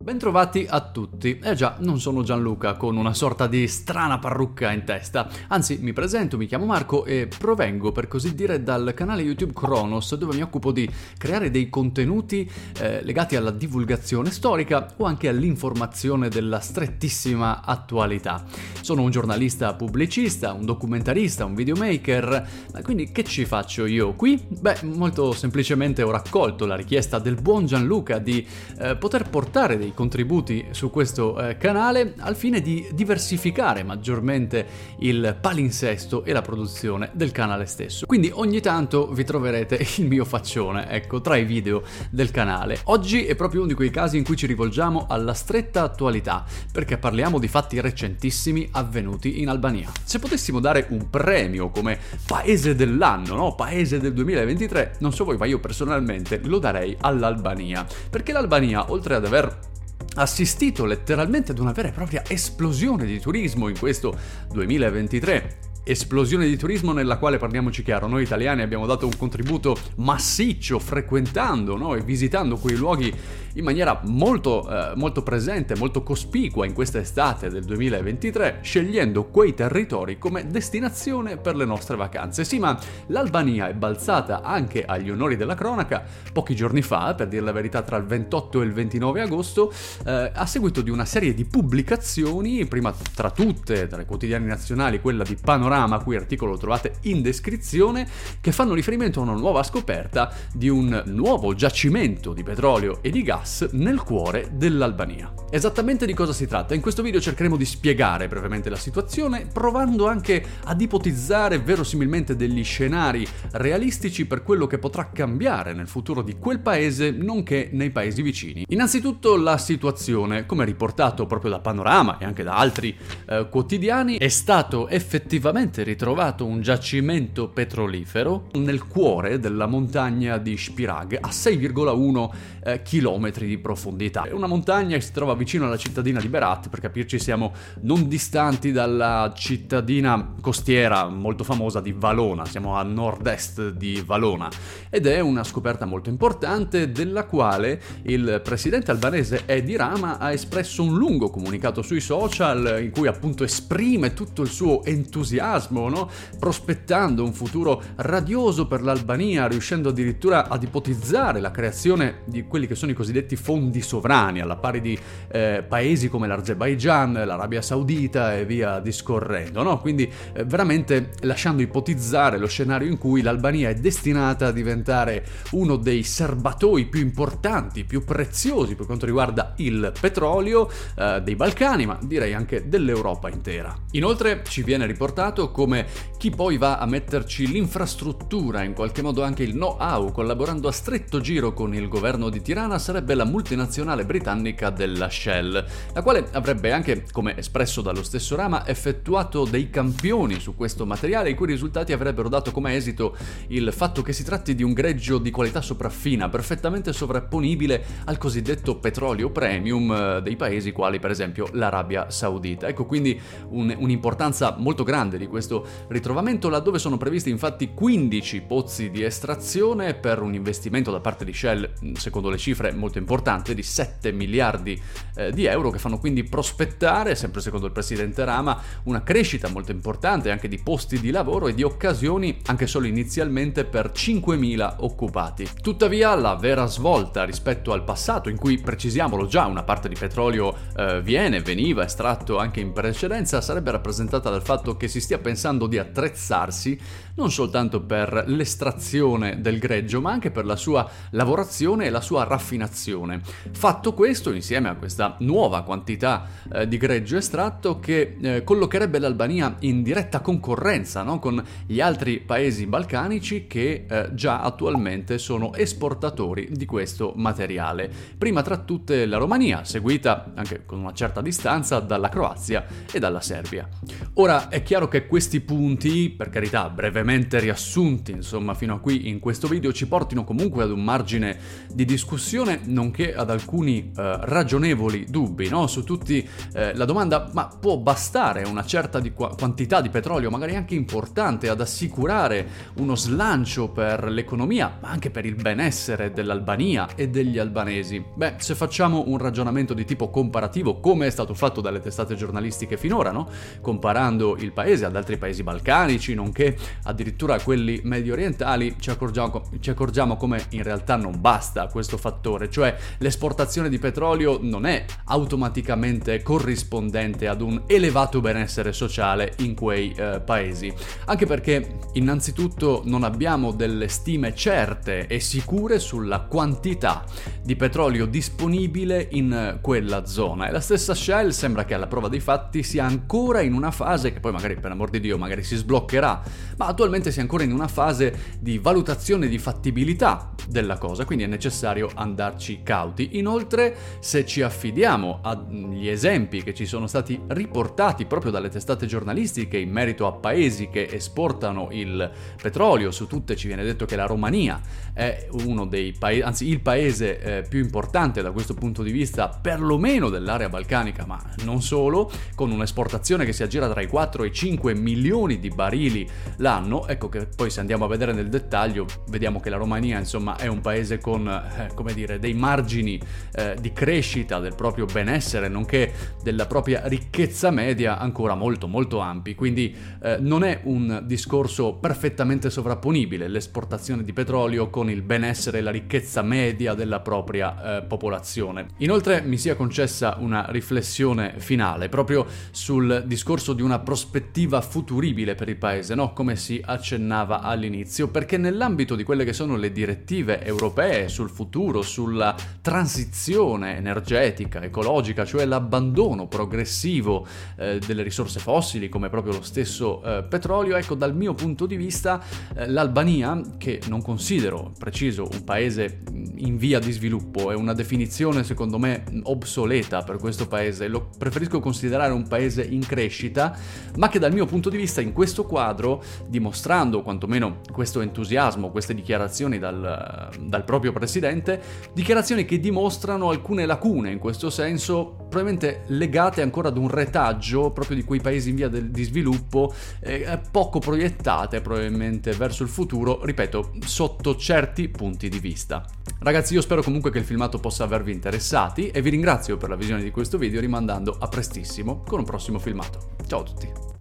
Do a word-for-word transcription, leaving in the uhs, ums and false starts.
Bentrovati a tutti. Eh già, non sono Gianluca con una sorta di strana parrucca in testa. Anzi, mi presento, mi chiamo Marco e provengo, per così dire, dal canale YouTube Kronos, dove mi occupo di creare dei contenuti eh, legati alla divulgazione storica o anche all'informazione della strettissima attualità. Sono un giornalista pubblicista, un documentarista, un videomaker, ma quindi che ci faccio io qui? Beh, molto semplicemente ho raccolto la richiesta del buon Gianluca di eh, poter portare dei contributi su questo eh, canale al fine di diversificare maggiormente il palinsesto e la produzione del canale stesso. Quindi ogni tanto vi troverete il mio faccione, ecco, tra i video del canale. Oggi è proprio uno di quei casi in cui ci rivolgiamo alla stretta attualità, perché parliamo di fatti recentissimi avvenuti in Albania. Se potessimo dare un premio come paese dell'anno, no? Paese del duemilaventitré, non so voi, ma io personalmente lo darei all'Albania, perché l'Albania, oltre ad aver assistito letteralmente ad una vera e propria esplosione di turismo in questo duemilaventitré, esplosione di turismo nella quale, parliamoci chiaro, noi italiani abbiamo dato un contributo massiccio frequentando, no? e visitando quei luoghi in maniera molto, eh, molto presente, molto cospicua in questa estate del duemilaventitré, scegliendo quei territori come destinazione per le nostre vacanze. Sì, ma l'Albania è balzata anche agli onori della cronaca pochi giorni fa, per dire la verità tra il ventotto e il ventinove agosto, eh, a seguito di una serie di pubblicazioni, prima tra tutte, tra i quotidiani nazionali, quella di Panorama, cui articolo lo trovate in descrizione, che fanno riferimento a una nuova scoperta di un nuovo giacimento di petrolio e di gas nel cuore dell'Albania. Esattamente di cosa si tratta? In questo video cercheremo di spiegare brevemente la situazione, provando anche ad ipotizzare verosimilmente degli scenari realistici per quello che potrà cambiare nel futuro di quel paese, nonché nei paesi vicini. Innanzitutto la situazione, come riportato proprio da Panorama e anche da altri eh, quotidiani, è stato effettivamente ritrovato un giacimento petrolifero nel cuore della montagna di Shpirag, a sei virgola uno eh, chilometri di profondità. È una montagna che si trova vicino alla cittadina di Berat, per capirci siamo non distanti dalla cittadina costiera molto famosa di Valona, siamo a nord-est di Valona, ed è una scoperta molto importante della quale il presidente albanese Edi Rama ha espresso un lungo comunicato sui social in cui appunto esprime tutto il suo entusiasmo, no? prospettando un futuro radioso per l'Albania, riuscendo addirittura ad ipotizzare la creazione di quelli che sono i cosiddetti fondi sovrani, alla pari di eh, paesi come l'Azerbaigian, l'Arabia Saudita e via discorrendo, no? Quindi eh, veramente lasciando ipotizzare lo scenario in cui l'Albania è destinata a diventare uno dei serbatoi più importanti, più preziosi per quanto riguarda il petrolio eh, dei Balcani, ma direi anche dell'Europa intera. Inoltre ci viene riportato come chi poi va a metterci l'infrastruttura, in qualche modo anche il know-how, collaborando a stretto giro con il governo di Tirana, sarebbe la multinazionale britannica della Shell, la quale avrebbe anche, come espresso dallo stesso Rama, effettuato dei campioni su questo materiale, i cui risultati avrebbero dato come esito il fatto che si tratti di un greggio di qualità sopraffina, perfettamente sovrapponibile al cosiddetto petrolio premium dei paesi quali per esempio l'Arabia Saudita. Ecco quindi un, un'importanza molto grande di questo ritrovamento, laddove sono previsti infatti quindici pozzi di estrazione per un investimento da parte di Shell, secondo le cifre molto importante, di sette miliardi eh, di euro, che fanno quindi prospettare, sempre secondo il presidente Rama, una crescita molto importante anche di posti di lavoro e di occasioni, anche solo inizialmente, per cinquemila occupati. Tuttavia la vera svolta rispetto al passato, in cui, precisiamolo già, una parte di petrolio eh, viene, veniva estratto anche in precedenza, sarebbe rappresentata dal fatto che si stia pensando di attrezzarsi non soltanto per l'estrazione del greggio, ma anche per la sua lavorazione e la sua raffinazione. Fatto questo, insieme a questa nuova quantità eh, di greggio estratto, che eh, collocherebbe l'Albania in diretta concorrenza, no? con gli altri paesi balcanici che eh, già attualmente sono esportatori di questo materiale. Prima tra tutte la Romania, seguita anche con una certa distanza dalla Croazia e dalla Serbia. Ora è chiaro che questi punti, per carità brevemente riassunti insomma fino a qui in questo video, ci portino comunque ad un margine di discussione nonché ad alcuni eh, ragionevoli dubbi, no? Su tutti eh, la domanda: ma può bastare una certa di qua- quantità di petrolio, magari anche importante, ad assicurare uno slancio per l'economia ma anche per il benessere dell'Albania e degli albanesi? Beh, se facciamo un ragionamento di tipo comparativo, come è stato fatto dalle testate giornalistiche finora, no? Comparando il paese ad altri paesi balcanici, nonché addirittura a quelli medio orientali, ci accorgiamo, ci accorgiamo come in realtà non basta questo fattore, cioè l'esportazione di petrolio non è automaticamente corrispondente ad un elevato benessere sociale in quei eh, paesi, anche perché innanzitutto non abbiamo delle stime certe e sicure sulla quantità di petrolio disponibile in quella zona, e la stessa Shell sembra che alla prova dei fatti sia ancora in una fase che poi magari, per amor di Dio, magari si sbloccherà, ma attualmente si è ancora in una fase di valutazione di fattibilità della cosa, quindi è necessario andarci cauti. Inoltre, se ci affidiamo agli esempi che ci sono stati riportati proprio dalle testate giornalistiche in merito a paesi che esportano il petrolio, su tutte ci viene detto che la Romania è uno dei paesi, anzi il paese eh, più importante da questo punto di vista, perlomeno dell'area balcanica, ma non solo, con un'esportazione che si aggira tra i quattro e i cinque milioni di barili l'anno. Ecco che poi, se andiamo a vedere nel dettaglio, vediamo che la Romania insomma è un paese con eh, come dire dei margini eh, di crescita del proprio benessere nonché della propria ricchezza media ancora molto molto ampi, quindi eh, non è un discorso perfettamente sovrapponibile l'esportazione di petrolio con il benessere e la ricchezza media della propria eh, popolazione. Inoltre mi sia concessa una riflessione finale proprio sul discorso di una prospettiva futuribile per il paese, no? Come si accennava all'inizio, perché nell'ambito di quelle che sono le direttive europee sul futuro, sulla transizione energetica, ecologica, cioè l'abbandono progressivo eh, delle risorse fossili come proprio lo stesso eh, petrolio, ecco, dal mio punto di vista eh, l'Albania, che non considero, preciso, un paese in via di sviluppo, è una definizione secondo me obsoleta per questo paese, lo preferisco considerare un paese in crescita, ma che dal mio punto di vista in questo quadro, dimostrando quantomeno questo entusiasmo, queste dichiarazioni dal, dal proprio presidente, dichiarazioni che dimostrano alcune lacune in questo senso, probabilmente legate ancora ad un retaggio proprio di quei paesi in via de- di sviluppo, eh, poco proiettate probabilmente verso il futuro, ripeto, sotto certi punti di vista. Ragazzi, io spero comunque che il filmato possa avervi interessati e vi ringrazio per la visione di questo video, rimandando a prestissimo con un prossimo filmato. Ciao a tutti!